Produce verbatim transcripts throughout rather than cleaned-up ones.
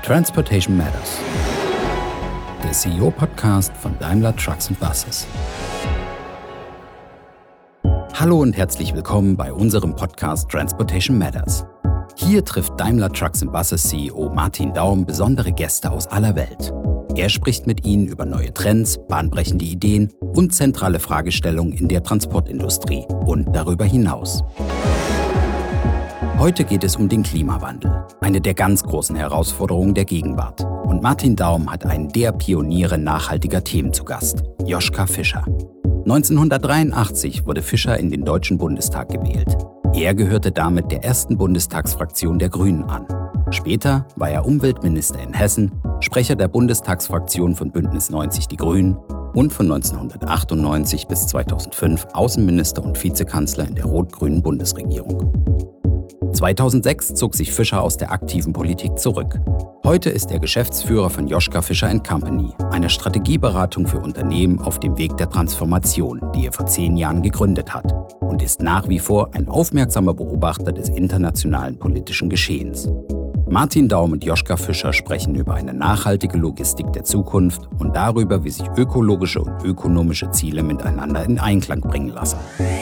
Transportation Matters, der C E O-Podcast von Daimler Trucks and Buses. Hallo und herzlich willkommen bei unserem Podcast Transportation Matters. Hier trifft Daimler Trucks and Buses C E O Martin Daum besondere Gäste aus aller Welt. Er spricht mit ihnen über neue Trends, bahnbrechende Ideen und zentrale Fragestellungen in der Transportindustrie und darüber hinaus. Heute geht es um den Klimawandel, eine der ganz großen Herausforderungen der Gegenwart. Und Martin Daum hat einen der Pioniere nachhaltiger Themen zu Gast, Joschka Fischer. neunzehnhundertdreiundachtzig wurde Fischer in den Deutschen Bundestag gewählt. Er gehörte damit der ersten Bundestagsfraktion der Grünen an. Später war er Umweltminister in Hessen, Sprecher der Bundestagsfraktion von Bündnis neunzig Die Grünen und von neunzehnhundertachtundneunzig bis zweitausendfünf Außenminister und Vizekanzler in der rot-grünen Bundesregierung. zweitausendsechs zog sich Fischer aus der aktiven Politik zurück. Heute ist er Geschäftsführer von Joschka Fischer and Company, einer Strategieberatung für Unternehmen auf dem Weg der Transformation, die er vor zehn Jahren gegründet hat, und ist nach wie vor ein aufmerksamer Beobachter des internationalen politischen Geschehens. Martin Daum und Joschka Fischer sprechen über eine nachhaltige Logistik der Zukunft und darüber, wie sich ökologische und ökonomische Ziele miteinander in Einklang bringen lassen.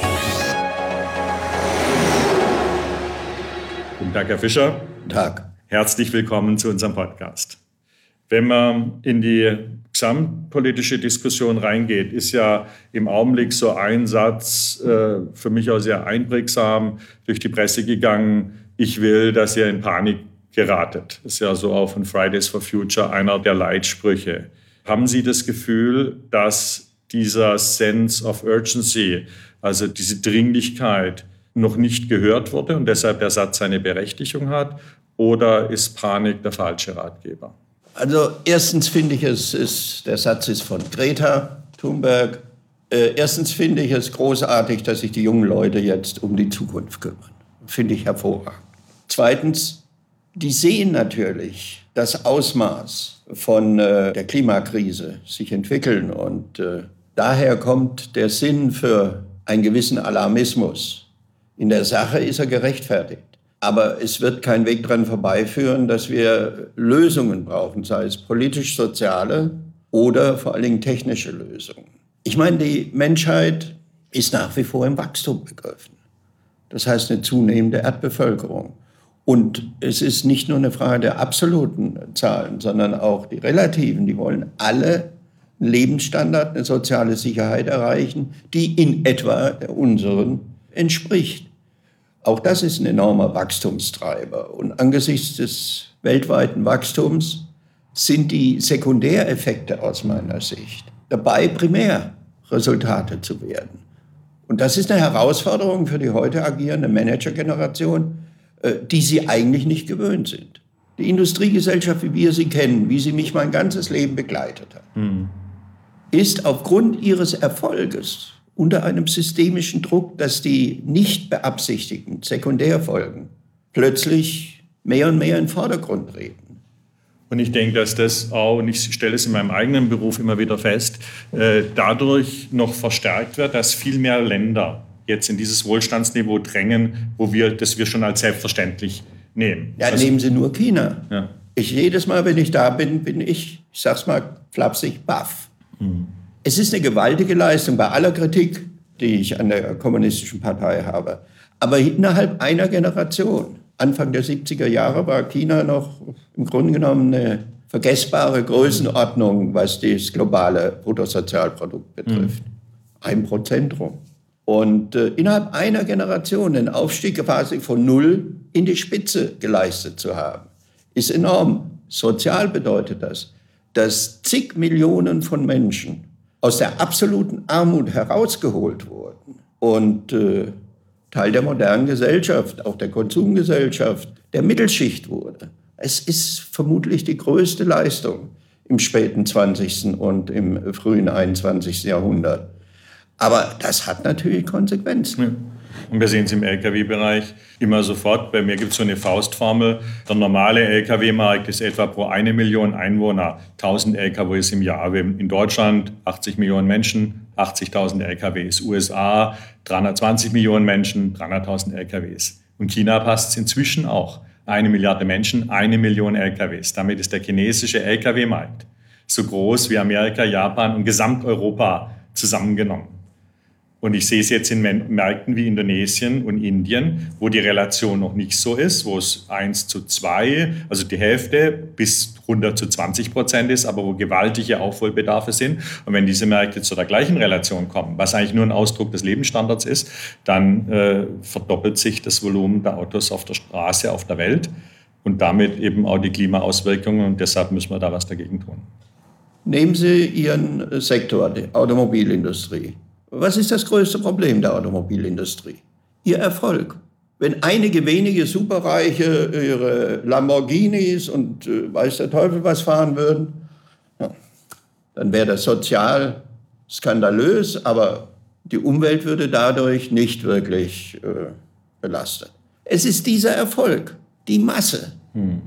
Guten Tag, Herr Fischer. Guten Tag. Herzlich willkommen zu unserem Podcast. Wenn man in die gesamtpolitische Diskussion reingeht, ist ja im Augenblick so ein Satz äh, für mich auch sehr einprägsam durch die Presse gegangen: Ich will, dass ihr in Panik geratet. Das ist ja so auch von Fridays for Future einer der Leitsprüche. Haben Sie das Gefühl, dass dieser Sense of Urgency, also diese Dringlichkeit, noch nicht gehört wurde und deshalb der Satz seine Berechtigung hat? Oder ist Panik der falsche Ratgeber? Also erstens finde ich, es ist, der Satz ist von Greta Thunberg. Äh, erstens finde ich es großartig, dass sich die jungen Leute jetzt um die Zukunft kümmern. Finde ich hervorragend. Zweitens, die sehen natürlich das Ausmaß von äh, der Klimakrise sich entwickeln. Und äh, daher kommt der Sinn für einen gewissen Alarmismus. In der Sache ist er gerechtfertigt. Aber es wird kein Weg dran vorbeiführen, dass wir Lösungen brauchen, sei es politisch-soziale oder vor allen Dingen technische Lösungen. Ich meine, die Menschheit ist nach wie vor im Wachstum begriffen. Das heißt eine zunehmende Erdbevölkerung. Und es ist nicht nur eine Frage der absoluten Zahlen, sondern auch die relativen. Die wollen alle einen Lebensstandard, eine soziale Sicherheit erreichen, die in etwa der unseren entspricht. Auch das ist ein enormer Wachstumstreiber. Und angesichts des weltweiten Wachstums sind die Sekundäreffekte aus meiner Sicht dabei, Primärresultate zu werden. Und das ist eine Herausforderung für die heute agierende Managergeneration, die sie eigentlich nicht gewöhnt sind. Die Industriegesellschaft, wie wir sie kennen, wie sie mich mein ganzes Leben begleitet hat, hm. ist aufgrund ihres Erfolges unter einem systemischen Druck, dass die nicht beabsichtigten Sekundärfolgen plötzlich mehr und mehr in den Vordergrund treten. Und ich denke, dass das auch, und ich stelle es in meinem eigenen Beruf immer wieder fest, äh, dadurch noch verstärkt wird, dass viel mehr Länder jetzt in dieses Wohlstandsniveau drängen, wo wir, das wir schon als selbstverständlich nehmen. Ja, also, nehmen Sie nur China. Ja. Ich, jedes Mal, wenn ich da bin, bin ich, ich sag's mal flapsig, baff. Hm. Es ist eine gewaltige Leistung bei aller Kritik, die ich an der Kommunistischen Partei habe. Aber innerhalb einer Generation, Anfang der siebziger Jahre, war China noch im Grunde genommen eine vergessbare Größenordnung, was das globale Bruttosozialprodukt betrifft. Mhm. Ein Prozent rum. Und äh, innerhalb einer Generation den Aufstieg quasi von Null in die Spitze geleistet zu haben, ist enorm. Sozial bedeutet das, dass zig Millionen von Menschen aus der absoluten Armut herausgeholt wurden und äh, Teil der modernen Gesellschaft, auch der Konsumgesellschaft, der Mittelschicht wurde. Es ist vermutlich die größte Leistung im späten zwanzigsten und im frühen einundzwanzigsten Jahrhundert. Aber das hat natürlich Konsequenzen. Ja. Und wir sehen es im L K W-Bereich immer sofort. Bei mir gibt es so eine Faustformel. Der normale L K W-Markt ist etwa pro eine Million Einwohner tausend L K Ws im Jahr. Wir haben in Deutschland achtzig Millionen Menschen, achtzigtausend L K Ws. U S A dreihundertzwanzig Millionen Menschen, dreihunderttausend L K Ws. Und China passt es inzwischen auch. Eine Milliarde Menschen, eine Million L K Ws. Damit ist der chinesische L K W-Markt so groß wie Amerika, Japan und Gesamteuropa zusammengenommen. Und ich sehe es jetzt in Märkten wie Indonesien und Indien, wo die Relation noch nicht so ist, wo es eins zu zwei, also die Hälfte bis runter zu zwanzig Prozent ist, aber wo gewaltige Aufholbedarfe sind. Und wenn diese Märkte zu der gleichen Relation kommen, was eigentlich nur ein Ausdruck des Lebensstandards ist, dann äh, verdoppelt sich das Volumen der Autos auf der Straße auf der Welt und damit eben auch die Klimaauswirkungen. Und deshalb müssen wir da was dagegen tun. Nehmen Sie Ihren Sektor, die Automobilindustrie. Was ist das größte Problem der Automobilindustrie? Ihr Erfolg. Wenn einige wenige Superreiche ihre Lamborghinis und äh, weiß der Teufel was fahren würden, ja, dann wäre das sozial skandalös, aber die Umwelt würde dadurch nicht wirklich äh, belastet. Es ist dieser Erfolg, die Masse. Hm.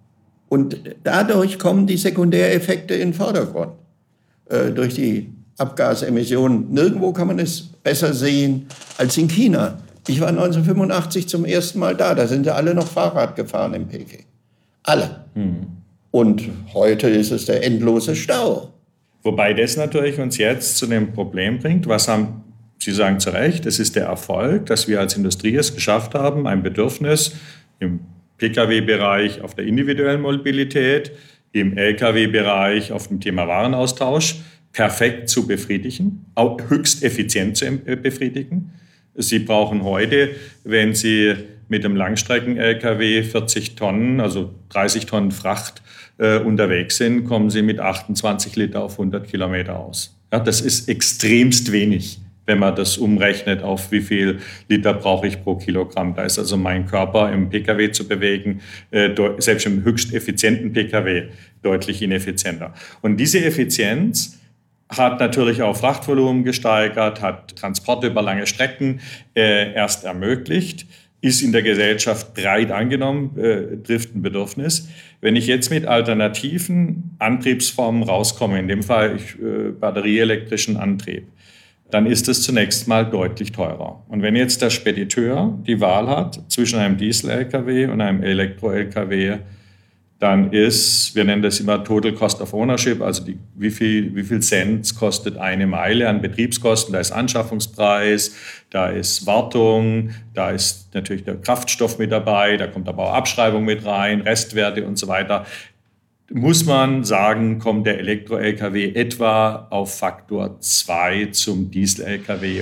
Und dadurch kommen die Sekundäreffekte in den Vordergrund. Äh, durch die Abgasemissionen. Nirgendwo kann man es besser sehen als in China. Ich war neunzehnhundertfünfundachtzig zum ersten Mal da. Da sind ja alle noch Fahrrad gefahren in Peking. Alle. Hm. Und heute ist es der endlose Stau. Wobei das natürlich uns jetzt zu dem Problem bringt, was haben, Sie sagen zu Recht, es ist der Erfolg, dass wir als Industrie es geschafft haben, ein Bedürfnis im P K W-Bereich auf der individuellen Mobilität, im L K W-Bereich auf dem Thema Warenaustausch perfekt zu befriedigen, auch höchst effizient zu befriedigen. Sie brauchen heute, wenn Sie mit dem Langstrecken-L K W vierzig Tonnen, also dreißig Tonnen Fracht äh, unterwegs sind, kommen Sie mit achtundzwanzig Liter auf hundert Kilometer aus. Ja, das ist extremst wenig, wenn man das umrechnet auf wie viel Liter brauche ich pro Kilogramm. Da ist also mein Körper im P K W zu bewegen, äh, selbst im höchst effizienten P K W deutlich ineffizienter. Und diese Effizienz hat natürlich auch Frachtvolumen gesteigert, hat Transporte über lange Strecken äh, erst ermöglicht, ist in der Gesellschaft breit angenommen, äh, trifft ein Bedürfnis. Wenn ich jetzt mit alternativen Antriebsformen rauskomme, in dem Fall ich, äh, batterieelektrischen Antrieb, dann ist es zunächst mal deutlich teurer. Und wenn jetzt der Spediteur die Wahl hat zwischen einem Diesel-L K W und einem Elektro-L K W, dann ist, wir nennen das immer Total Cost of Ownership, also die, wie viel, wie viel Cent kostet eine Meile an Betriebskosten. Da ist Anschaffungspreis, da ist Wartung, da ist natürlich der Kraftstoff mit dabei, da kommt aber auch Abschreibung mit rein, Restwerte und so weiter. Muss man sagen, kommt der Elektro-L K W etwa auf Faktor zwei zum Diesel-L K W.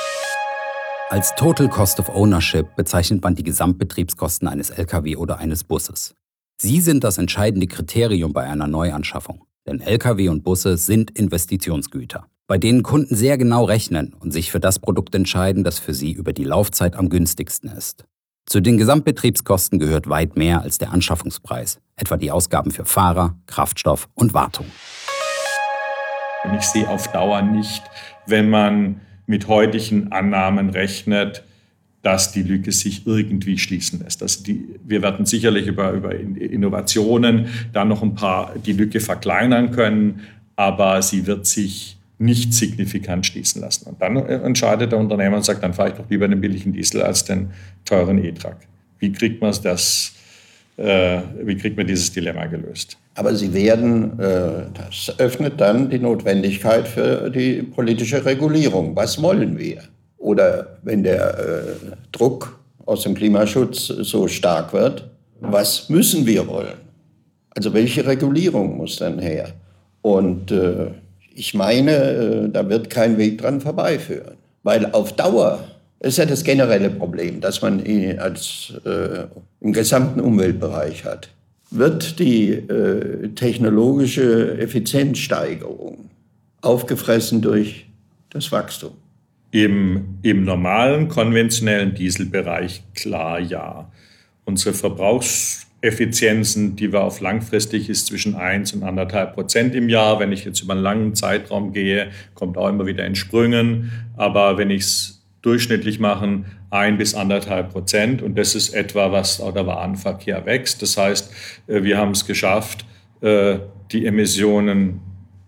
Als Total Cost of Ownership bezeichnet man die Gesamtbetriebskosten eines L K W oder eines Busses. Sie sind das entscheidende Kriterium bei einer Neuanschaffung, denn L K W und Busse sind Investitionsgüter, bei denen Kunden sehr genau rechnen und sich für das Produkt entscheiden, das für sie über die Laufzeit am günstigsten ist. Zu den Gesamtbetriebskosten gehört weit mehr als der Anschaffungspreis, etwa die Ausgaben für Fahrer, Kraftstoff und Wartung. Und ich sehe auf Dauer nicht, wenn man mit heutigen Annahmen rechnet, dass die Lücke sich irgendwie schließen lässt. Also die, wir werden sicherlich über, über Innovationen da noch ein paar die Lücke verkleinern können, aber sie wird sich nicht signifikant schließen lassen. Und dann entscheidet der Unternehmer und sagt, dann fahre ich doch lieber den billigen Diesel als den teuren E-Truck. Wie kriegt man das, äh, wie kriegt man dieses Dilemma gelöst? Aber Sie werden, äh, das öffnet dann die Notwendigkeit für die politische Regulierung. Was wollen wir? Oder wenn der äh, Druck aus dem Klimaschutz so stark wird, was müssen wir wollen? Also welche Regulierung muss dann her? Und äh, ich meine, äh, da wird kein Weg dran vorbeiführen. Weil auf Dauer, das ist ja das generelle Problem, das man in, als, äh, im gesamten Umweltbereich hat, wird die äh, technologische Effizienzsteigerung aufgefressen durch das Wachstum. Im, Im normalen, konventionellen Dieselbereich klar ja. Unsere Verbrauchseffizienzen, die wir auf langfristig ist zwischen eins und anderthalb Prozent im Jahr. Wenn ich jetzt über einen langen Zeitraum gehe, kommt auch immer wieder in Sprüngen. Aber wenn ich es durchschnittlich mache, ein bis anderthalb Prozent. Und das ist etwa, was auch der Warenverkehr wächst. Das heißt, wir haben es geschafft, die Emissionen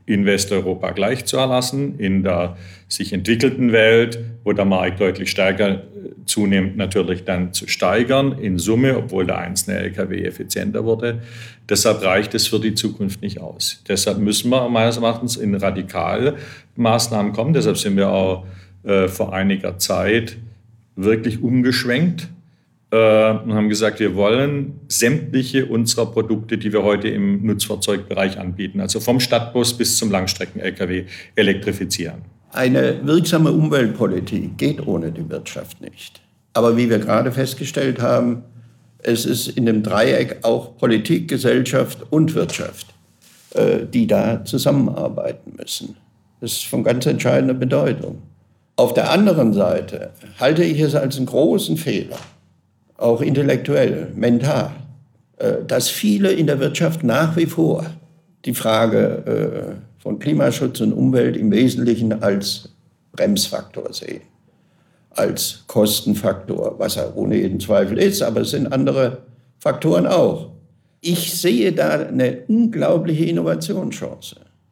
in Westeuropa gleich zu erlassen, in der sich entwickelten Welt, wo der Markt deutlich stärker zunimmt, natürlich dann zu steigern in Summe, obwohl der einzelne L K W effizienter wurde. Deshalb reicht es für die Zukunft nicht aus. Deshalb müssen wir meines Erachtens in Radikalmaßnahmen kommen. Deshalb sind wir auch äh, vor einiger Zeit wirklich umgeschwenkt äh, und haben gesagt, wir wollen sämtliche unserer Produkte, die wir heute im Nutzfahrzeugbereich anbieten, also vom Stadtbus bis zum Langstrecken-L K W, elektrifizieren. Eine wirksame Umweltpolitik geht ohne die Wirtschaft nicht. Aber wie wir gerade festgestellt haben, es ist in dem Dreieck auch Politik, Gesellschaft und Wirtschaft, äh, die da zusammenarbeiten müssen. Das ist von ganz entscheidender Bedeutung. Auf der anderen Seite halte ich es als einen großen Fehler, auch intellektuell, mental, äh, dass viele in der Wirtschaft nach wie vor die Frage äh, von Klimaschutz und Umwelt im Wesentlichen als Bremsfaktor sehen, als Kostenfaktor, was er ohne jeden Zweifel ist, aber es sind andere Faktoren auch. Ich sehe da eine unglaubliche Innovationschance.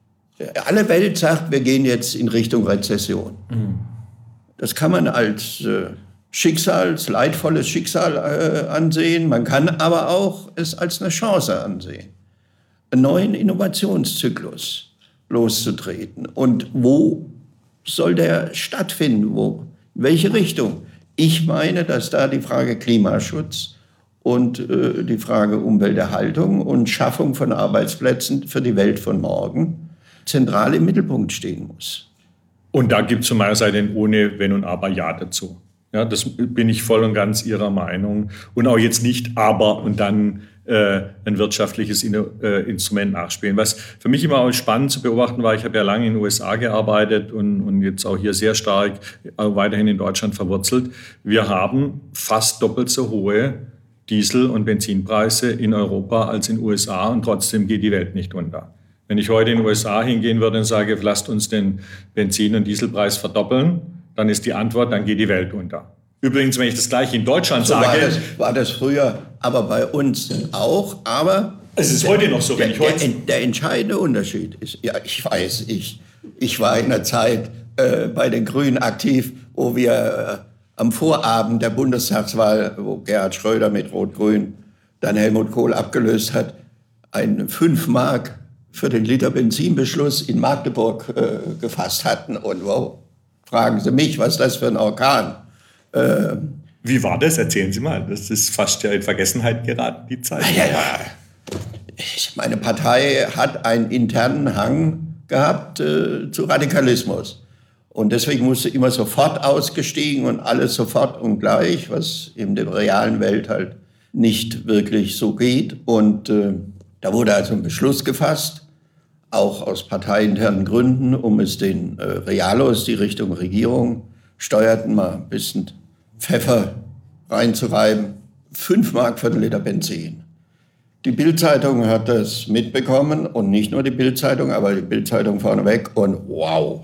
Alle Welt sagt, wir gehen jetzt in Richtung Rezession. Mhm. Das kann man als äh, Schicksal, als leidvolles Schicksal äh, ansehen, man kann aber auch es als eine Chance ansehen, einen neuen Innovationszyklus loszutreten. Und wo soll der stattfinden? Wo, in welche Richtung? Ich meine, dass da die Frage Klimaschutz und äh, die Frage Umwelterhaltung und Schaffung von Arbeitsplätzen für die Welt von morgen zentral im Mittelpunkt stehen muss. Und da gibt es von meiner Seite ein ohne Wenn und Aber Ja dazu. Ja, das bin ich voll und ganz Ihrer Meinung. Und auch jetzt nicht aber und dann äh, ein wirtschaftliches äh, Instrument nachspielen. Was für mich immer auch spannend zu beobachten war, ich habe ja lange in den U S A gearbeitet und, und jetzt auch hier sehr stark auch weiterhin in Deutschland verwurzelt. Wir haben fast doppelt so hohe Diesel- und Benzinpreise in Europa als in den U S A und trotzdem geht die Welt nicht unter. Wenn ich heute in den U S A hingehen würde und sage, lasst uns den Benzin- und Dieselpreis verdoppeln, dann ist die Antwort, dann geht die Welt unter. Übrigens, wenn ich das gleiche in Deutschland so sage... War das, war das früher, aber bei uns auch. Aber es ist heute noch so, wenn ich heute... Der, der entscheidende Unterschied ist, ja, ich weiß, ich, ich war in der Zeit äh, bei den Grünen aktiv, wo wir äh, am Vorabend der Bundestagswahl, wo Gerhard Schröder mit Rot-Grün dann Helmut Kohl abgelöst hat, ein fünf Mark für den Liter Benzinbeschluss in Magdeburg äh, gefasst hatten. Und wow, fragen Sie mich, was ist das für ein Orkan? Äh, Wie war das? Erzählen Sie mal. Das ist fast ja in Vergessenheit geraten, die Zeit. Ja, ja. Meine Partei hat einen internen Hang gehabt äh, zu Radikalismus. Und deswegen musste immer sofort ausgestiegen und alles sofort und gleich, was in der realen Welt halt nicht wirklich so geht. Und äh, da wurde also ein Beschluss gefasst, auch aus parteiinternen Gründen, um es den äh, Realos, die Richtung Regierung steuerten, mal ein bisschen Pfeffer reinzureiben. Fünf Mark für den Liter Benzin. Die Bild-Zeitung hat das mitbekommen und nicht nur die Bild-Zeitung, aber die Bild-Zeitung vorneweg und wow,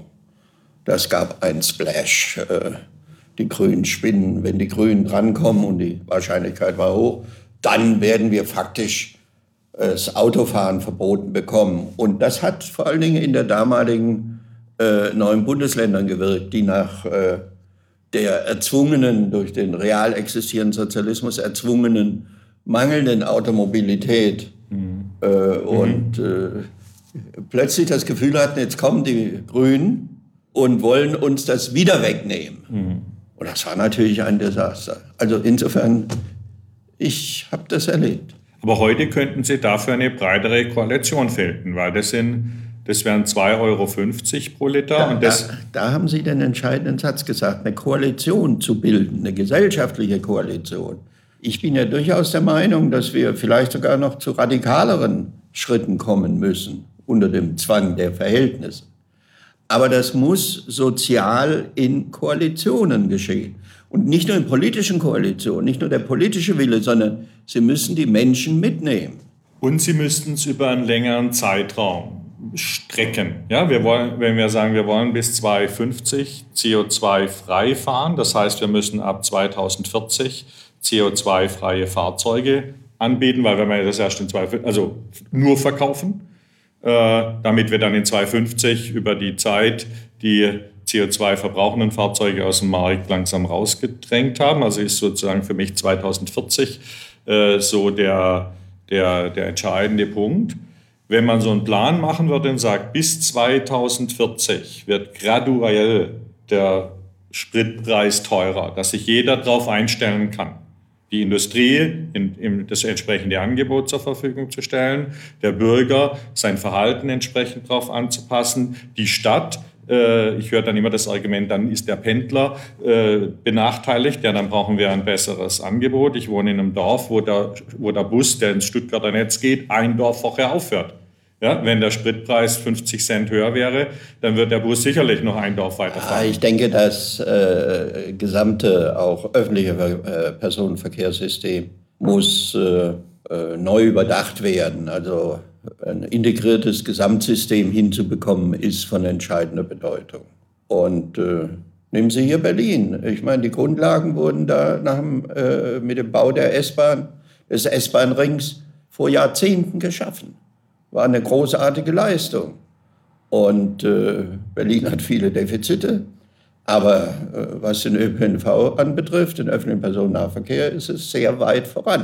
das gab einen Splash. Äh, die Grünen spinnen, wenn die Grünen drankommen und die Wahrscheinlichkeit war hoch, dann werden wir faktisch das Autofahren verboten bekommen. Und das hat vor allen Dingen in der damaligen äh, neuen Bundesländern gewirkt, die nach äh, der erzwungenen, durch den real existierenden Sozialismus erzwungenen mangelnden Automobilität mhm. äh, und äh, plötzlich das Gefühl hatten, jetzt kommen die Grünen und wollen uns das wieder wegnehmen. Mhm. Und das war natürlich ein Desaster. Also insofern, ich habe das erlebt. Aber heute könnten Sie dafür eine breitere Koalition finden, weil das, sind, das wären zwei Euro fünfzig pro Liter. Da, und das da, da haben Sie den entscheidenden Satz gesagt, eine Koalition zu bilden, eine gesellschaftliche Koalition. Ich bin ja durchaus der Meinung, dass wir vielleicht sogar noch zu radikaleren Schritten kommen müssen, unter dem Zwang der Verhältnisse. Aber das muss sozial in Koalitionen geschehen. Und nicht nur in politischen Koalitionen, nicht nur der politische Wille, sondern Sie müssen die Menschen mitnehmen. Und Sie müssten es über einen längeren Zeitraum strecken. Ja, wir wollen, wenn wir sagen, wir wollen bis zweitausendfünfzig C O zwei frei fahren, das heißt, wir müssen ab zweitausendvierzig C O zwei freie Fahrzeuge anbieten, weil wenn wir das erst in zwei, also nur verkaufen, äh, damit wir dann in zweitausendfünfzig über die Zeit die C O zwei verbrauchenden Fahrzeuge aus dem Markt langsam rausgedrängt haben. Also ist sozusagen für mich zweitausendvierzig äh, so der, der, der entscheidende Punkt. Wenn man so einen Plan machen würde und sagt, bis zweitausendvierzig wird graduell der Spritpreis teurer, dass sich jeder darauf einstellen kann, die Industrie in, in das entsprechende Angebot zur Verfügung zu stellen, der Bürger sein Verhalten entsprechend darauf anzupassen, die Stadt, äh, ich höre dann immer das Argument, dann ist der Pendler äh, benachteiligt, ja, dann brauchen wir ein besseres Angebot. Ich wohne in einem Dorf, wo der, wo der Bus, der ins Stuttgarter Netz geht, ein Dorf vorher aufhört. Ja, wenn der Spritpreis fünfzig Cent höher wäre, dann wird der Bus sicherlich noch ein Dorf weiterfahren. Ich denke, das äh, gesamte, auch öffentliche äh, Personenverkehrssystem muss äh, äh, neu überdacht werden. Also ein integriertes Gesamtsystem hinzubekommen, ist von entscheidender Bedeutung. Und äh, nehmen Sie hier Berlin. Ich meine, die Grundlagen wurden da nach dem, äh, mit dem Bau der S-Bahn, des S-Bahn-Rings vor Jahrzehnten geschaffen. War eine großartige Leistung. Und äh, Berlin hat viele Defizite. Aber äh, was den Ö P N V anbetrifft, den öffentlichen Personennahverkehr, ist es sehr weit voran.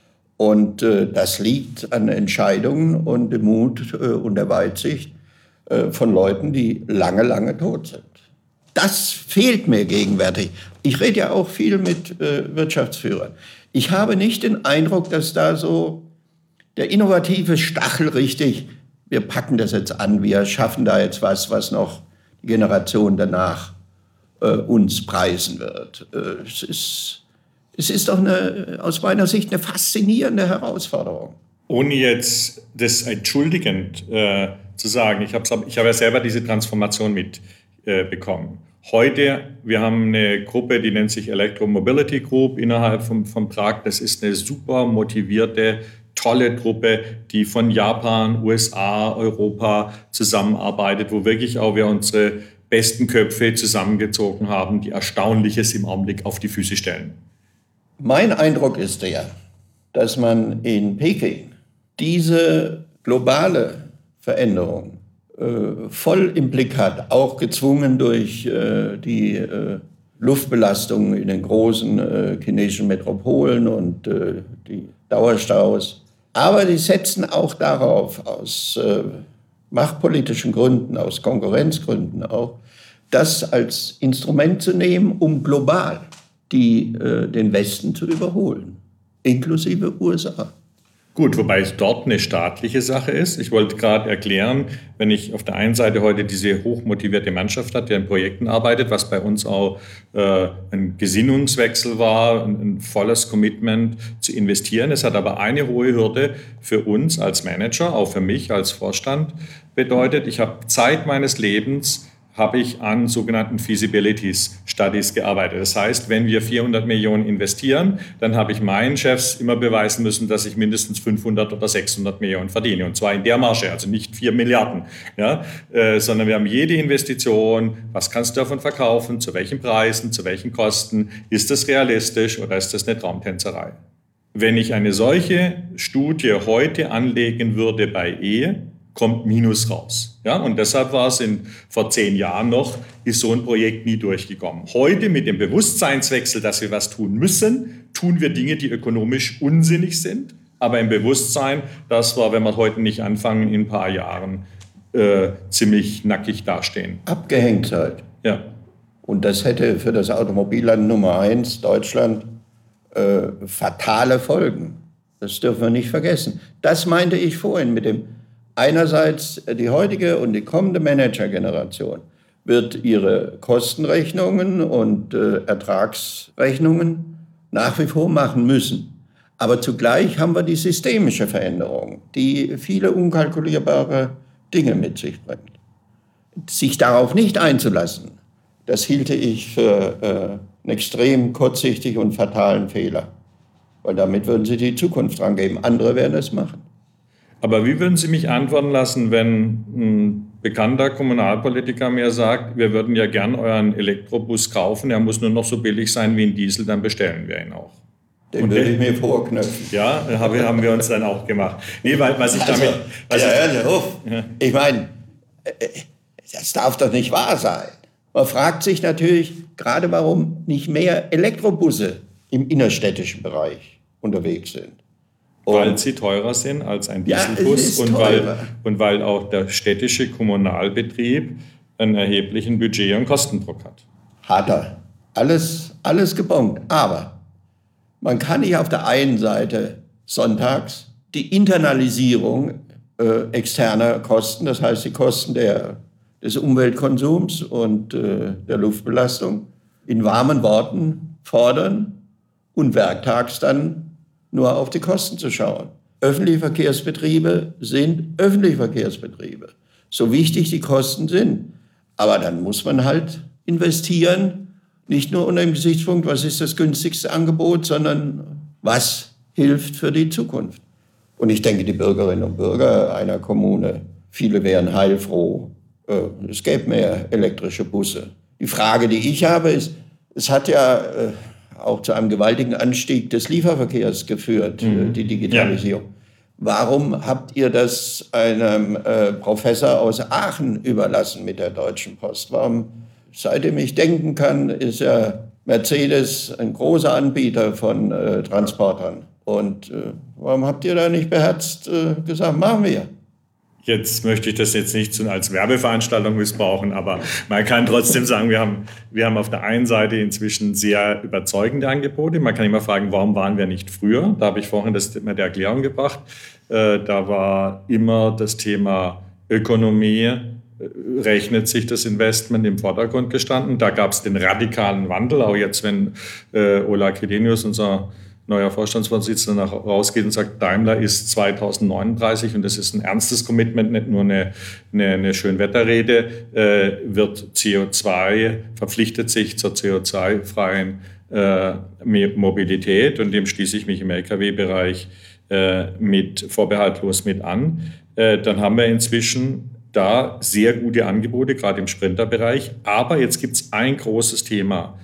Und äh, das liegt an Entscheidungen und dem Mut äh, und der Weitsicht äh, von Leuten, die lange, lange tot sind. Das fehlt mir gegenwärtig. Ich rede ja auch viel mit äh, Wirtschaftsführern. Ich habe nicht den Eindruck, dass da so der innovative Stachel richtig, wir packen das jetzt an, wir schaffen da jetzt was, was noch die Generation danach äh, uns preisen wird. Äh, es ist, es ist doch eine, aus meiner Sicht eine faszinierende Herausforderung. Ohne jetzt das entschuldigend äh, zu sagen, ich habe ich hab ja selber diese Transformation mitbekommen. Äh, Heute, wir haben eine Gruppe, die nennt sich Electromobility Group innerhalb vom, vom T R A G. Das ist eine super motivierte, tolle Truppe, die von Japan, U S A, Europa zusammenarbeitet, wo wirklich auch wir unsere besten Köpfe zusammengezogen haben, die Erstaunliches im Augenblick auf die Füße stellen. Mein Eindruck ist der, dass man in Peking diese globale Veränderung äh, voll im Blick hat, auch gezwungen durch äh, die äh, Luftbelastung in den großen äh, chinesischen Metropolen und äh, die Dauerstaus. Aber die setzen auch darauf, aus äh, machtpolitischen Gründen, aus Konkurrenzgründen auch, das als Instrument zu nehmen, um global die, äh, den Westen zu überholen, inklusive U S A. Gut, wobei es dort eine staatliche Sache ist. Ich wollte gerade erklären, wenn ich auf der einen Seite heute diese hochmotivierte Mannschaft hat, die an Projekten arbeitet, was bei uns auch äh, ein Gesinnungswechsel war, ein, ein volles Commitment zu investieren. Es hat aber eine hohe Hürde für uns als Manager, auch für mich als Vorstand bedeutet. Ich habe Zeit meines Lebens habe ich an sogenannten Feasibility Studies gearbeitet. Das heißt, wenn wir vierhundert Millionen investieren, dann habe ich meinen Chefs immer beweisen müssen, dass ich mindestens fünfhundert oder sechshundert Millionen verdiene. Und zwar in der Marge, also nicht vier Milliarden. Ja? Äh, sondern wir haben jede Investition, was kannst du davon verkaufen, zu welchen Preisen, zu welchen Kosten, ist das realistisch oder ist das eine Traumtänzerei? Wenn ich eine solche Studie heute anlegen würde bei E, kommt Minus raus. Ja, und deshalb war es in, vor zehn Jahren noch, ist so ein Projekt nie durchgekommen. Heute mit dem Bewusstseinswechsel, dass wir was tun müssen, tun wir Dinge, die ökonomisch unsinnig sind, aber im Bewusstsein, dass wir, wenn wir heute nicht anfangen, in ein paar Jahren äh, ziemlich nackig dastehen. Abgehängtheit. Ja. Und das hätte für das Automobilland Nummer eins, Deutschland, äh, fatale Folgen. Das dürfen wir nicht vergessen. Das meinte ich vorhin mit dem einerseits die heutige und die kommende Managergeneration wird ihre Kostenrechnungen und äh, Ertragsrechnungen nach wie vor machen müssen. Aber zugleich haben wir die systemische Veränderung, die viele unkalkulierbare Dinge mit sich bringt. Sich darauf nicht einzulassen, das hielte ich für äh, einen extrem kurzsichtig und fatalen Fehler. Weil damit würden Sie die Zukunft dran geben. Andere werden es machen. Aber wie würden Sie mich antworten lassen, wenn ein bekannter Kommunalpolitiker mir sagt, wir würden ja gern euren Elektrobus kaufen, er muss nur noch so billig sein wie ein Diesel, dann bestellen wir ihn auch? Den und würde ich mir vorknöpfen. Ja, haben wir uns dann auch gemacht. Nee, weil, was ich also, damit... Was ja, hören Sie auf. Ja. Ich meine, das darf doch nicht wahr sein. Man fragt sich natürlich gerade, warum nicht mehr Elektrobusse im innerstädtischen Bereich unterwegs sind. Und weil sie teurer sind als ein Dieselbus, ja, und, weil, und weil auch der städtische Kommunalbetrieb einen erheblichen Budget- und Kostendruck hat. Hat er. Alles, alles gebongt. Aber man kann nicht auf der einen Seite sonntags die Internalisierung äh, externer Kosten, das heißt die Kosten der, des Umweltkonsums und äh, der Luftbelastung, in warmen Worten fordern und werktags dann nur auf die Kosten zu schauen. Öffentliche Verkehrsbetriebe sind öffentliche Verkehrsbetriebe, so wichtig die Kosten sind. Aber dann muss man halt investieren, nicht nur unter dem Gesichtspunkt, was ist das günstigste Angebot, sondern was hilft für die Zukunft. Und ich denke, die Bürgerinnen und Bürger einer Kommune, viele wären heilfroh, äh, es gäbe mehr elektrische Busse. Die Frage, die ich habe, ist, es hat ja äh, auch zu einem gewaltigen Anstieg des Lieferverkehrs geführt, mhm. äh, die Digitalisierung. Ja. Warum habt ihr das einem äh, Professor aus Aachen überlassen mit der Deutschen Post? Warum? Seitdem ich denken kann, ist ja Mercedes ein großer Anbieter von äh, Transportern. Und äh, warum habt ihr da nicht beherzt äh, gesagt, machen wir? Jetzt möchte ich das jetzt nicht als Werbeveranstaltung missbrauchen, aber man kann trotzdem sagen, wir haben, wir haben auf der einen Seite inzwischen sehr überzeugende Angebote. Man kann immer fragen, warum waren wir nicht früher? Da habe ich vorhin das mit der Erklärung gebracht. Äh, da war immer das Thema Ökonomie, rechnet sich das Investment im Vordergrund gestanden. Da gab es den radikalen Wandel, auch jetzt, wenn äh, Ola Källenius, unser neuer Vorstandsvorsitzender, nach, rausgeht und sagt, Daimler ist zweitausendneununddreißig, und das ist ein ernstes Commitment, nicht nur eine, eine, eine Schönwetterrede, äh, wird C O zwei, verpflichtet sich zur C O zwei freien äh, Mobilität, und dem schließe ich mich im L K W-Bereich äh, mit, vorbehaltlos mit an. Äh, dann haben wir inzwischen da sehr gute Angebote, gerade im Sprinterbereich. Aber jetzt gibt es ein großes Thema.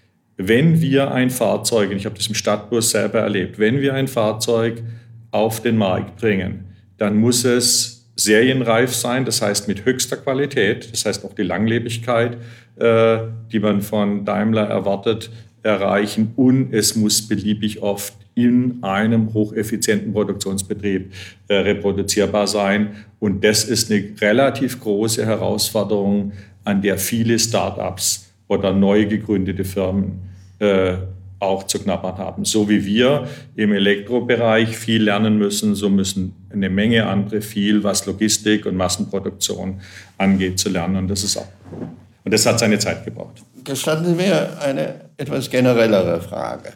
Wenn wir ein Fahrzeug, und ich habe das im Stadtbus selber erlebt, wenn wir ein Fahrzeug auf den Markt bringen, dann muss es serienreif sein, das heißt mit höchster Qualität, das heißt auch die Langlebigkeit, äh, die man von Daimler erwartet, erreichen, und es muss beliebig oft in einem hocheffizienten Produktionsbetrieb äh, reproduzierbar sein. Und das ist eine relativ große Herausforderung, an der viele Start-ups oder neu gegründete Firmen äh, auch zu knabbern haben. So wie wir im Elektrobereich viel lernen müssen, so müssen eine Menge andere viel, was Logistik und Massenproduktion angeht, zu lernen. Und das ist auch, und das hat seine Zeit gebraucht. Gestatten Sie mir eine etwas generellere Frage.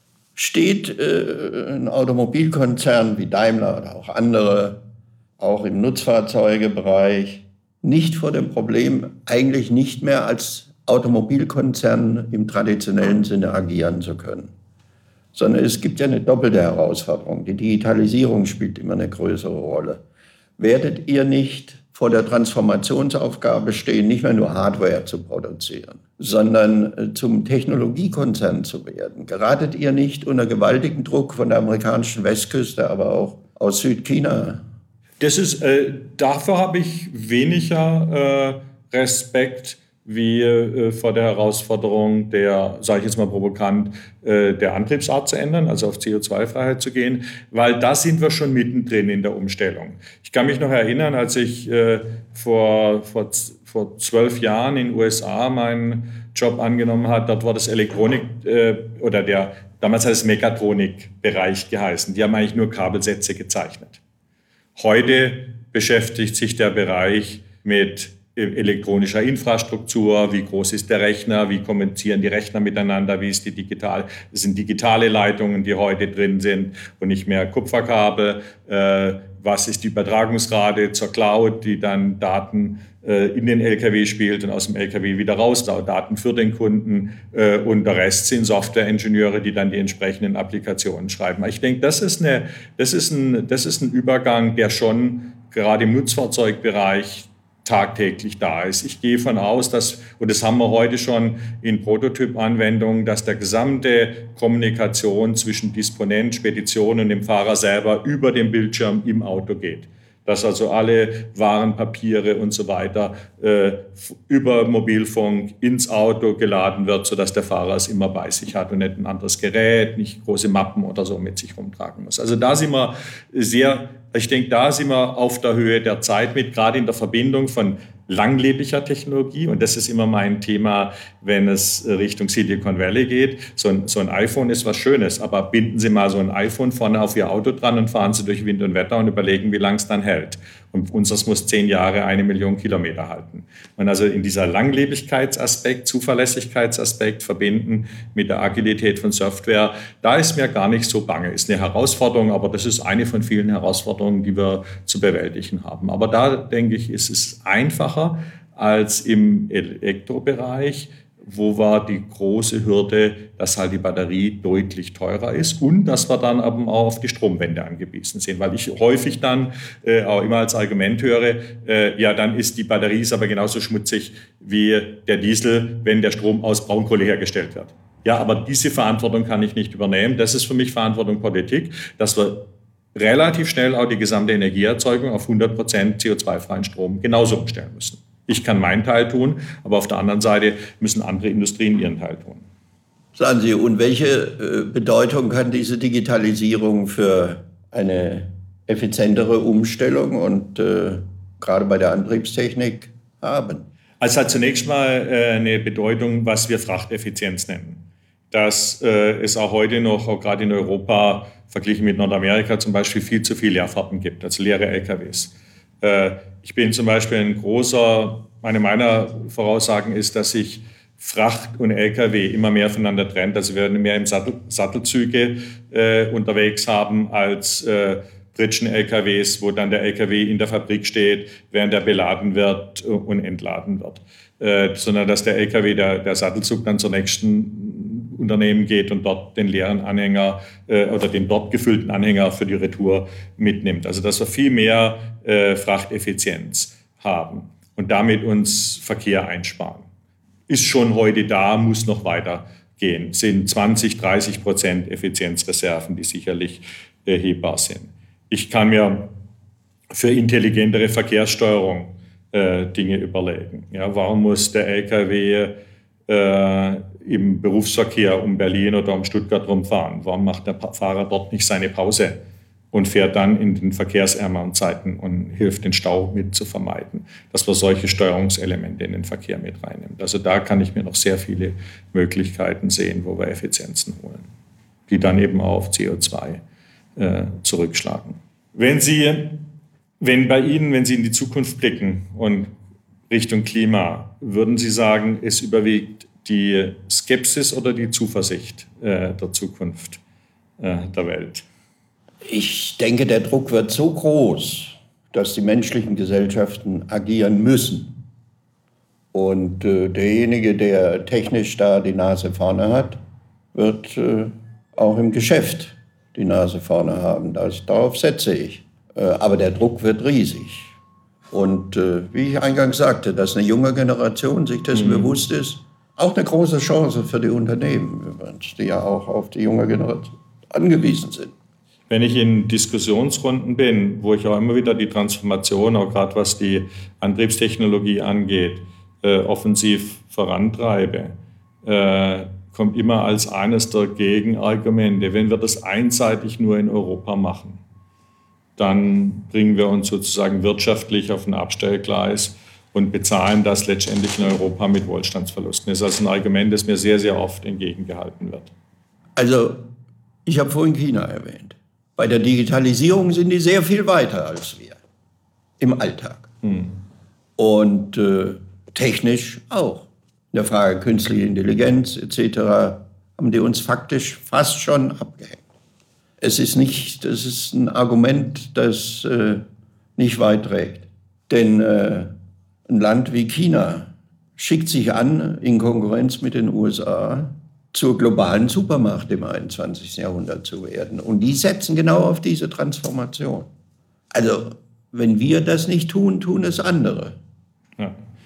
Steht äh, ein Automobilkonzern wie Daimler oder auch andere, auch im Nutzfahrzeugebereich, nicht vor dem Problem, eigentlich nicht mehr als Automobilkonzern im traditionellen Sinne agieren zu können? Sondern es gibt ja eine doppelte Herausforderung. Die Digitalisierung spielt immer eine größere Rolle. Werdet ihr nicht vor der Transformationsaufgabe stehen, nicht mehr nur Hardware zu produzieren, sondern zum Technologiekonzern zu werden? Geratet ihr nicht unter gewaltigen Druck von der amerikanischen Westküste, aber auch aus Südchina? Das ist, äh, dafür habe ich weniger äh, Respekt wie äh, vor der Herausforderung der, sage ich jetzt mal provokant, äh, der Antriebsart zu ändern, also auf C O zwei Freiheit zu gehen, weil da sind wir schon mittendrin in der Umstellung. Ich kann mich noch erinnern, als ich äh, vor, vor, vor zwölf Jahren in den U S A meinen Job angenommen habe, dort war das Elektronik äh, oder der, damals hat es Mechatronik-Bereich geheißen. Die haben eigentlich nur Kabelsätze gezeichnet. Heute beschäftigt sich der Bereich mit elektronischer Infrastruktur, wie groß ist der Rechner, wie kommunizieren die Rechner miteinander, wie ist die digital, das sind digitale Leitungen, die heute drin sind und nicht mehr Kupferkabel, äh, was ist die Übertragungsrate zur Cloud, die dann Daten äh, in den L K W spielt und aus dem L K W wieder raus, Daten für den Kunden, äh, und der Rest sind Softwareingenieure, die dann die entsprechenden Applikationen schreiben. Ich denke, das ist, eine, das ist, ein, das ist ein Übergang, der schon gerade im Nutzfahrzeugbereich tagtäglich da ist. Ich gehe davon aus, dass, und das haben wir heute schon in Prototyp-Anwendungen, dass der gesamte Kommunikation zwischen Disponent, Spedition und dem Fahrer selber über den Bildschirm im Auto geht. Dass also alle Waren, Papiere und so weiter äh, über Mobilfunk ins Auto geladen wird, sodass der Fahrer es immer bei sich hat und nicht ein anderes Gerät, nicht große Mappen oder so mit sich rumtragen muss. Also da sind wir sehr, ich denke, da sind wir auf der Höhe der Zeit mit, gerade in der Verbindung von langlebiger Technologie. Und das ist immer mein Thema, wenn es Richtung Silicon Valley geht. So ein, so ein iPhone ist was Schönes, aber binden Sie mal so ein iPhone vorne auf Ihr Auto dran und fahren Sie durch Wind und Wetter und überlegen, wie lange es dann hält. Und unseres muss zehn Jahre, eine Million Kilometer halten. Und also in dieser Langlebigkeitsaspekt, Zuverlässigkeitsaspekt verbinden mit der Agilität von Software, da ist mir gar nicht so bange. Ist eine Herausforderung, aber das ist eine von vielen Herausforderungen, die wir zu bewältigen haben. Aber da, denke ich, ist es einfacher als im Elektrobereich, wo war die große Hürde, dass halt die Batterie deutlich teurer ist und dass wir dann eben auch auf die Stromwende angewiesen sind. Weil ich häufig dann äh, auch immer als Argument höre, äh, ja, dann ist die Batterie ist aber genauso schmutzig wie der Diesel, wenn der Strom aus Braunkohle hergestellt wird. Ja, aber diese Verantwortung kann ich nicht übernehmen. Das ist für mich Verantwortung Politik, dass wir relativ schnell auch die gesamte Energieerzeugung auf hundert Prozent C O zwei freien Strom genauso umstellen müssen. Ich kann meinen Teil tun, aber auf der anderen Seite müssen andere Industrien ihren Teil tun. Sagen Sie, und welche Bedeutung kann diese Digitalisierung für eine effizientere Umstellung und äh, gerade bei der Antriebstechnik haben? Also hat zunächst mal äh, eine Bedeutung, was wir Frachteffizienz nennen. Dass äh, es auch heute noch, auch gerade in Europa, verglichen mit Nordamerika zum Beispiel, viel zu viele Leerfahrten gibt, also leere L K Ws. Ich bin zum Beispiel ein großer, eine meiner Voraussagen ist, dass sich Fracht und L K W immer mehr voneinander trennt. Also wir werden mehr im Sattel, Sattelzüge äh, unterwegs haben als äh, Pritschen-L K Ws, wo dann der L K W in der Fabrik steht, während er beladen wird und entladen wird. Äh, sondern dass der L K W, der, der Sattelzug dann zur nächsten Unternehmen geht und dort den leeren Anhänger äh, oder den dort gefüllten Anhänger für die Retour mitnimmt. Also dass wir viel mehr äh, Frachteffizienz haben und damit uns Verkehr einsparen. Ist schon heute da, muss noch weitergehen. Sind zwanzig, dreißig Prozent Effizienzreserven, die sicherlich erhebbar sind. Ich kann mir für intelligentere Verkehrssteuerung äh, Dinge überlegen. Ja, warum muss der L K W äh, im Berufsverkehr um Berlin oder um Stuttgart rumfahren? Warum macht der Fahrer dort nicht seine Pause und fährt dann in den verkehrsärmeren Zeiten und hilft, den Stau mit zu vermeiden? Dass wir solche Steuerungselemente in den Verkehr mit reinnehmen. Also da kann ich mir noch sehr viele Möglichkeiten sehen, wo wir Effizienzen holen, die dann eben auch auf C O zwei äh, zurückschlagen. Wenn Sie, wenn bei Ihnen, wenn Sie in die Zukunft blicken und Richtung Klima, würden Sie sagen, es überwiegt die Skepsis oder die Zuversicht äh, der Zukunft äh, der Welt? Ich denke, der Druck wird so groß, dass die menschlichen Gesellschaften agieren müssen. Und äh, derjenige, der technisch da die Nase vorne hat, wird äh, auch im Geschäft die Nase vorne haben. Das, darauf setze ich. Äh, aber der Druck wird riesig. Und äh, wie ich eingangs sagte, dass eine junge Generation sich dessen mhm. bewusst ist, auch eine große Chance für die Unternehmen, die ja auch auf die junge Generation angewiesen sind. Wenn ich in Diskussionsrunden bin, wo ich auch immer wieder die Transformation, auch gerade was die Antriebstechnologie angeht, äh, offensiv vorantreibe, äh, kommt immer als eines der Gegenargumente, wenn wir das einseitig nur in Europa machen, dann bringen wir uns sozusagen wirtschaftlich auf ein Abstellgleis und bezahlen das letztendlich in Europa mit Wohlstandsverlusten. Das ist also ein Argument, das mir sehr, sehr oft entgegengehalten wird. Also, ich habe vorhin China erwähnt. Bei der Digitalisierung sind die sehr viel weiter als wir im Alltag. Hm. Und äh, technisch auch. In der Frage künstliche Intelligenz et cetera haben die uns faktisch fast schon abgehängt. Es ist nicht, das ist ein Argument, das äh, nicht weit trägt. Denn äh, ein Land wie China schickt sich an, in Konkurrenz mit den U S A, zur globalen Supermacht im einundzwanzigsten Jahrhundert zu werden. Und die setzen genau auf diese Transformation. Also, wenn wir das nicht tun, tun es andere.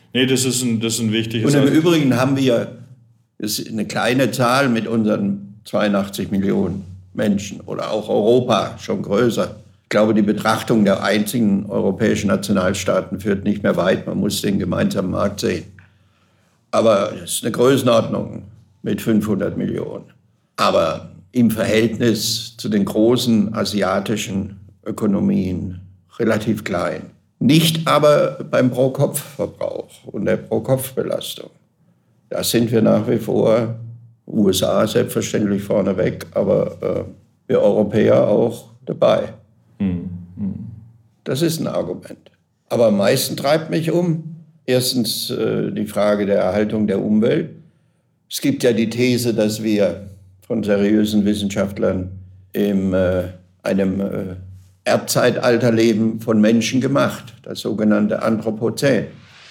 Nee, das ist ein, das ist ein wichtiges... Und im Übrigen haben wir, das ist eine kleine Zahl mit unseren zweiundachtzig Millionen Menschen oder auch Europa schon größer. Ich glaube, die Betrachtung der einzigen europäischen Nationalstaaten führt nicht mehr weit. Man muss den gemeinsamen Markt sehen. Aber es ist eine Größenordnung mit fünfhundert Millionen. Aber im Verhältnis zu den großen asiatischen Ökonomien relativ klein. Nicht aber beim Pro-Kopf-Verbrauch und der Pro-Kopf-Belastung. Da sind wir nach wie vor, U S A selbstverständlich vorneweg, aber äh, wir Europäer auch dabei. Hm, hm. Das ist ein Argument. Aber am meisten treibt mich um, erstens äh, die Frage der Erhaltung der Umwelt. Es gibt ja die These, dass wir von seriösen Wissenschaftlern in äh, einem äh, Erdzeitalter leben, von Menschen gemacht, das sogenannte Anthropozän.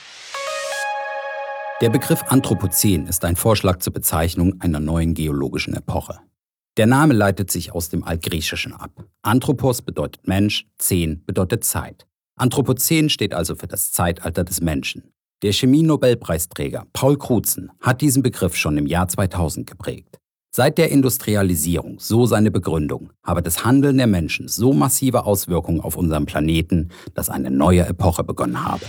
Der Begriff Anthropozän ist ein Vorschlag zur Bezeichnung einer neuen geologischen Epoche. Der Name leitet sich aus dem Altgriechischen ab. Anthropos bedeutet Mensch, Zen bedeutet Zeit. Anthropozän steht also für das Zeitalter des Menschen. Der Chemie-Nobelpreisträger Paul Crutzen hat diesen Begriff schon im Jahr zweitausend geprägt. Seit der Industrialisierung, so seine Begründung, habe das Handeln der Menschen so massive Auswirkungen auf unseren Planeten, dass eine neue Epoche begonnen habe.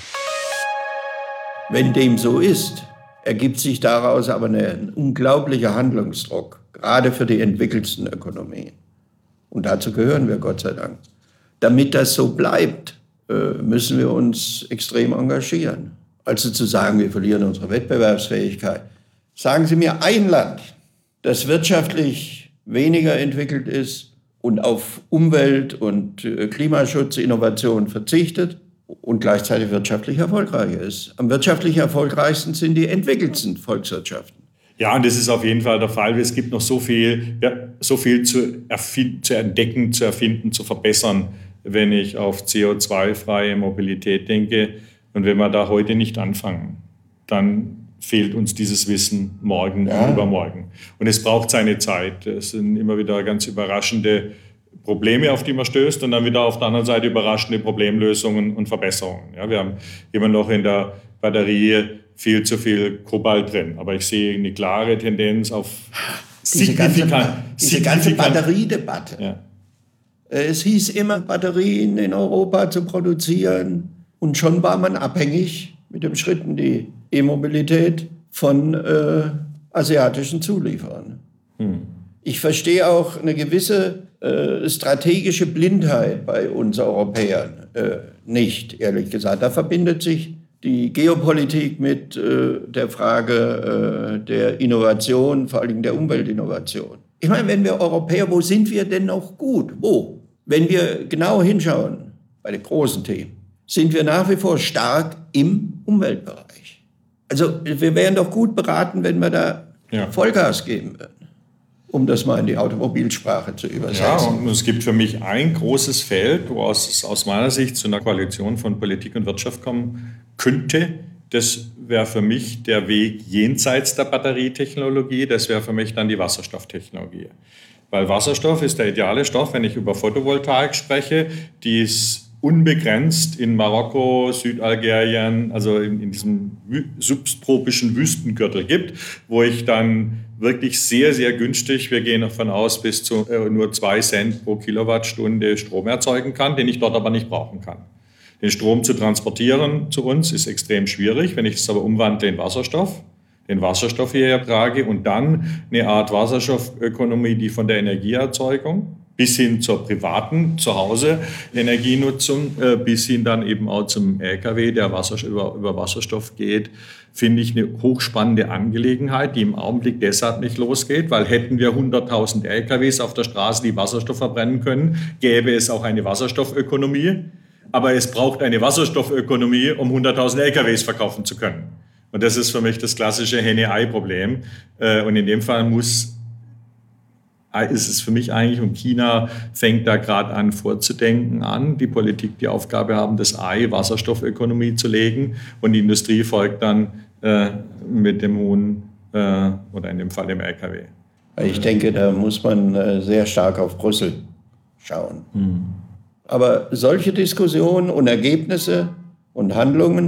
Wenn dem so ist, ergibt sich daraus aber ein unglaublicher Handlungsdruck, gerade für die entwickelsten Ökonomien. Und dazu gehören wir, Gott sei Dank. Damit das so bleibt, müssen wir uns extrem engagieren. Also zu sagen, wir verlieren unsere Wettbewerbsfähigkeit. Sagen Sie mir ein Land, das wirtschaftlich weniger entwickelt ist und auf Umwelt- und Klimaschutz, Innovation verzichtet und gleichzeitig wirtschaftlich erfolgreicher ist. Am wirtschaftlich erfolgreichsten sind die entwickelsten Volkswirtschaften. Ja, und das ist auf jeden Fall der Fall. Es gibt noch so viel, ja, so viel zu, erfinden, zu entdecken, zu erfinden, zu verbessern, wenn ich auf C O zwei freie Mobilität denke. Und wenn wir da heute nicht anfangen, dann fehlt uns dieses Wissen morgen ja. und übermorgen. Und es braucht seine Zeit. Es sind immer wieder ganz überraschende Probleme, auf die man stößt, und dann wieder auf der anderen Seite überraschende Problemlösungen und Verbesserungen. Ja, wir haben immer noch in der Batterie viel zu viel Kobalt drin, aber ich sehe eine klare Tendenz auf diese signifikant. Ganze, diese signifikant, ganze Batteriedebatte. Ja. Es hieß immer, Batterien in Europa zu produzieren, und schon war man abhängig mit dem Schritt in die E-Mobilität von äh, asiatischen Zulieferern. Hm. Ich verstehe auch eine gewisse äh, strategische Blindheit bei uns Europäern äh, nicht, ehrlich gesagt. Da verbindet sich die Geopolitik mit äh, der Frage äh, der Innovation, vor allem der Umweltinnovation. Ich meine, wenn wir Europäer, wo sind wir denn noch gut? Wo? Wenn wir genau hinschauen bei den großen Themen, sind wir nach wie vor stark im Umweltbereich. Also wir wären doch gut beraten, wenn wir da ja. Vollgas geben würden, um das mal in die Automobilsprache zu übersetzen. Ja, und es gibt für mich ein großes Feld, wo es aus meiner Sicht zu einer Koalition von Politik und Wirtschaft kommen könnte. Das wäre für mich der Weg jenseits der Batterietechnologie. Das wäre für mich dann die Wasserstofftechnologie. Weil Wasserstoff ist der ideale Stoff, wenn ich über Photovoltaik spreche, die ist unbegrenzt in Marokko, Südalgerien, also in, in diesem subtropischen Wüstengürtel gibt, wo ich dann wirklich sehr, sehr günstig, wir gehen davon aus, bis zu äh, nur zwei Cent pro Kilowattstunde Strom erzeugen kann, den ich dort aber nicht brauchen kann. Den Strom zu transportieren zu uns ist extrem schwierig, wenn ich es aber umwandle in Wasserstoff, den Wasserstoff hierher trage und dann eine Art Wasserstoffökonomie, die von der Energieerzeugung bis hin zur privaten Zuhause Energienutzung, äh, bis hin dann eben auch zum L K W, der Wasserstoff, über, über Wasserstoff geht, finde ich eine hochspannende Angelegenheit, die im Augenblick deshalb nicht losgeht, weil hätten wir hunderttausend L K Ws auf der Straße, die Wasserstoff verbrennen können, gäbe es auch eine Wasserstoffökonomie. Aber es braucht eine Wasserstoffökonomie, um hunderttausend L K Ws verkaufen zu können. Und das ist für mich das klassische Henne-Ei-Problem. Äh, und in dem Fall muss ist es für mich eigentlich, und China fängt da gerade an vorzudenken an, die Politik die Aufgabe haben, das Ei Wasserstoffökonomie zu legen, und die Industrie folgt dann äh, mit dem Huhn äh, oder in dem Fall dem L K W. Ich denke, da muss man äh, sehr stark auf Brüssel schauen. Hm. Aber solche Diskussionen und Ergebnisse und Handlungen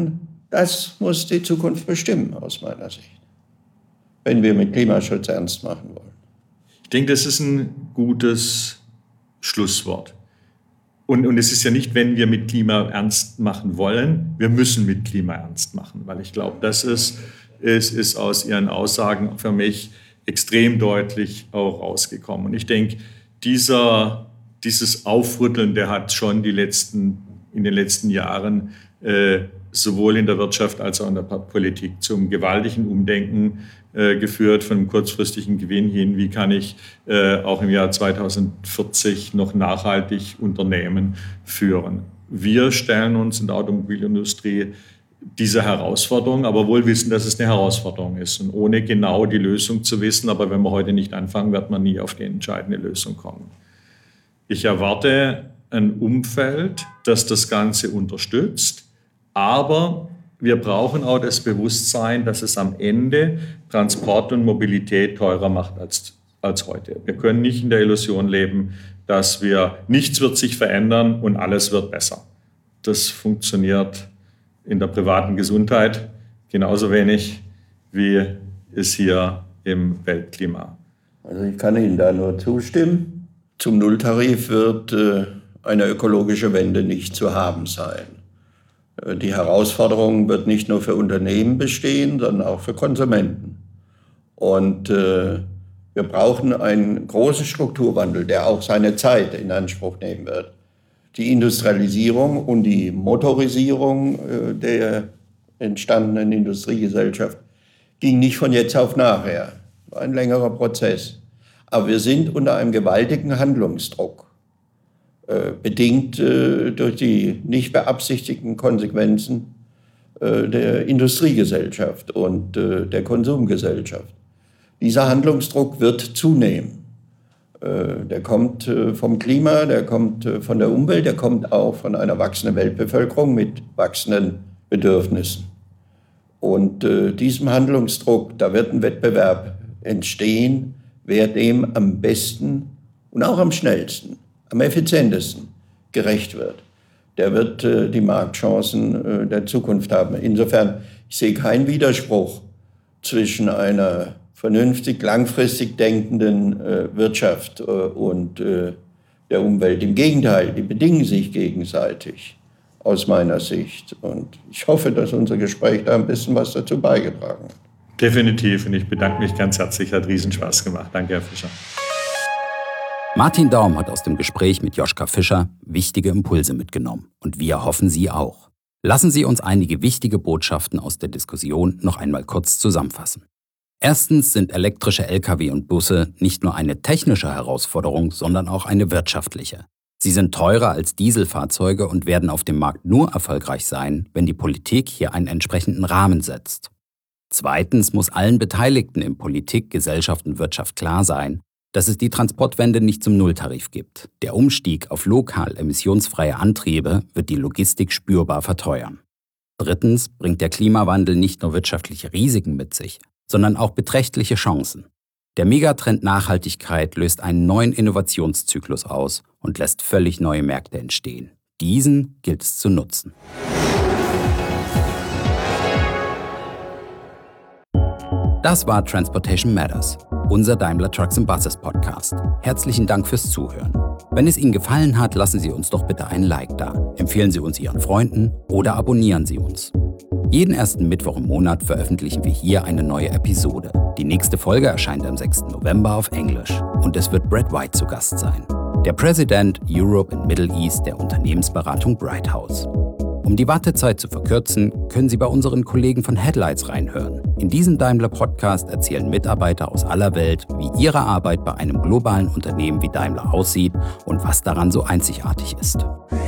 Das muss die Zukunft bestimmen, aus meiner Sicht, wenn wir mit Klimaschutz ernst machen wollen. Ich denke, das ist ein gutes Schlusswort. Und, und es ist ja nicht, wenn wir mit Klima ernst machen wollen, wir müssen mit Klima ernst machen, weil ich glaube, das ist, ist, ist aus Ihren Aussagen für mich extrem deutlich auch rausgekommen. Und ich denke, dieser, dieses Aufrütteln, der hat schon die letzten, in den letzten Jahren äh, sowohl in der Wirtschaft als auch in der Politik zum gewaltigen Umdenken äh, geführt, von einem kurzfristigen Gewinn hin, wie kann ich äh, auch im Jahr zweitausendvierzig noch nachhaltig Unternehmen führen. Wir stellen uns in der Automobilindustrie diese Herausforderung, aber wohl wissen, dass es eine Herausforderung ist. Und ohne genau die Lösung zu wissen, aber wenn wir heute nicht anfangen, wird man nie auf die entscheidende Lösung kommen. Ich erwarte ein Umfeld, das das Ganze unterstützt, aber wir brauchen auch das Bewusstsein, dass es am Ende Transport und Mobilität teurer macht als, als heute. Wir können nicht in der Illusion leben, dass wir, nichts wird sich verändern und alles wird besser. Das funktioniert in der privaten Gesundheit genauso wenig, wie es hier im Weltklima. Also ich kann Ihnen da nur zustimmen. Zum Nulltarif wird äh, eine ökologische Wende nicht zu haben sein. Die Herausforderung wird nicht nur für Unternehmen bestehen, sondern auch für Konsumenten. Und äh, wir brauchen einen großen Strukturwandel, der auch seine Zeit in Anspruch nehmen wird. Die Industrialisierung und die Motorisierung äh, der entstandenen Industriegesellschaft ging nicht von jetzt auf nachher. War ein längerer Prozess. Aber wir sind unter einem gewaltigen Handlungsdruck. Bedingt äh, durch die nicht beabsichtigten Konsequenzen äh, der Industriegesellschaft und äh, der Konsumgesellschaft. Dieser Handlungsdruck wird zunehmen. Äh, der kommt äh, vom Klima, der kommt äh, von der Umwelt, der kommt auch von einer wachsenden Weltbevölkerung mit wachsenden Bedürfnissen. Und äh, diesem Handlungsdruck, da wird ein Wettbewerb entstehen, wer dem am besten und auch am schnellsten, am effizientesten gerecht wird. Der wird äh, die Marktchancen äh, der Zukunft haben. Insofern, ich sehe keinen Widerspruch zwischen einer vernünftig, langfristig denkenden äh, Wirtschaft äh, und äh, der Umwelt. Im Gegenteil, die bedingen sich gegenseitig aus meiner Sicht. Und ich hoffe, dass unser Gespräch da ein bisschen was dazu beigetragen hat. Definitiv. Und ich bedanke mich ganz herzlich. Hat Riesenspaß gemacht. Danke, Herr Fischer. Martin Daum hat aus dem Gespräch mit Joschka Fischer wichtige Impulse mitgenommen. Und wir hoffen, Sie auch. Lassen Sie uns einige wichtige Botschaften aus der Diskussion noch einmal kurz zusammenfassen. Erstens sind elektrische L K W und Busse nicht nur eine technische Herausforderung, sondern auch eine wirtschaftliche. Sie sind teurer als Dieselfahrzeuge und werden auf dem Markt nur erfolgreich sein, wenn die Politik hier einen entsprechenden Rahmen setzt. Zweitens muss allen Beteiligten in Politik, Gesellschaft und Wirtschaft klar sein, dass es die Transportwende nicht zum Nulltarif gibt. Der Umstieg auf lokal emissionsfreie Antriebe wird die Logistik spürbar verteuern. Drittens bringt der Klimawandel nicht nur wirtschaftliche Risiken mit sich, sondern auch beträchtliche Chancen. Der Megatrend Nachhaltigkeit löst einen neuen Innovationszyklus aus und lässt völlig neue Märkte entstehen. Diesen gilt es zu nutzen. Das war Transportation Matters, unser Daimler Trucks and Buses Podcast. Herzlichen Dank fürs Zuhören. Wenn es Ihnen gefallen hat, lassen Sie uns doch bitte einen Like da. Empfehlen Sie uns Ihren Freunden oder abonnieren Sie uns. Jeden ersten Mittwoch im Monat veröffentlichen wir hier eine neue Episode. Die nächste Folge erscheint am sechsten November auf Englisch und es wird Brad White zu Gast sein, der President Europe and Middle East der Unternehmensberatung Brighthouse. Um die Wartezeit zu verkürzen, können Sie bei unseren Kollegen von Headlights reinhören. In diesem Daimler-Podcast erzählen Mitarbeiter aus aller Welt, wie ihre Arbeit bei einem globalen Unternehmen wie Daimler aussieht und was daran so einzigartig ist.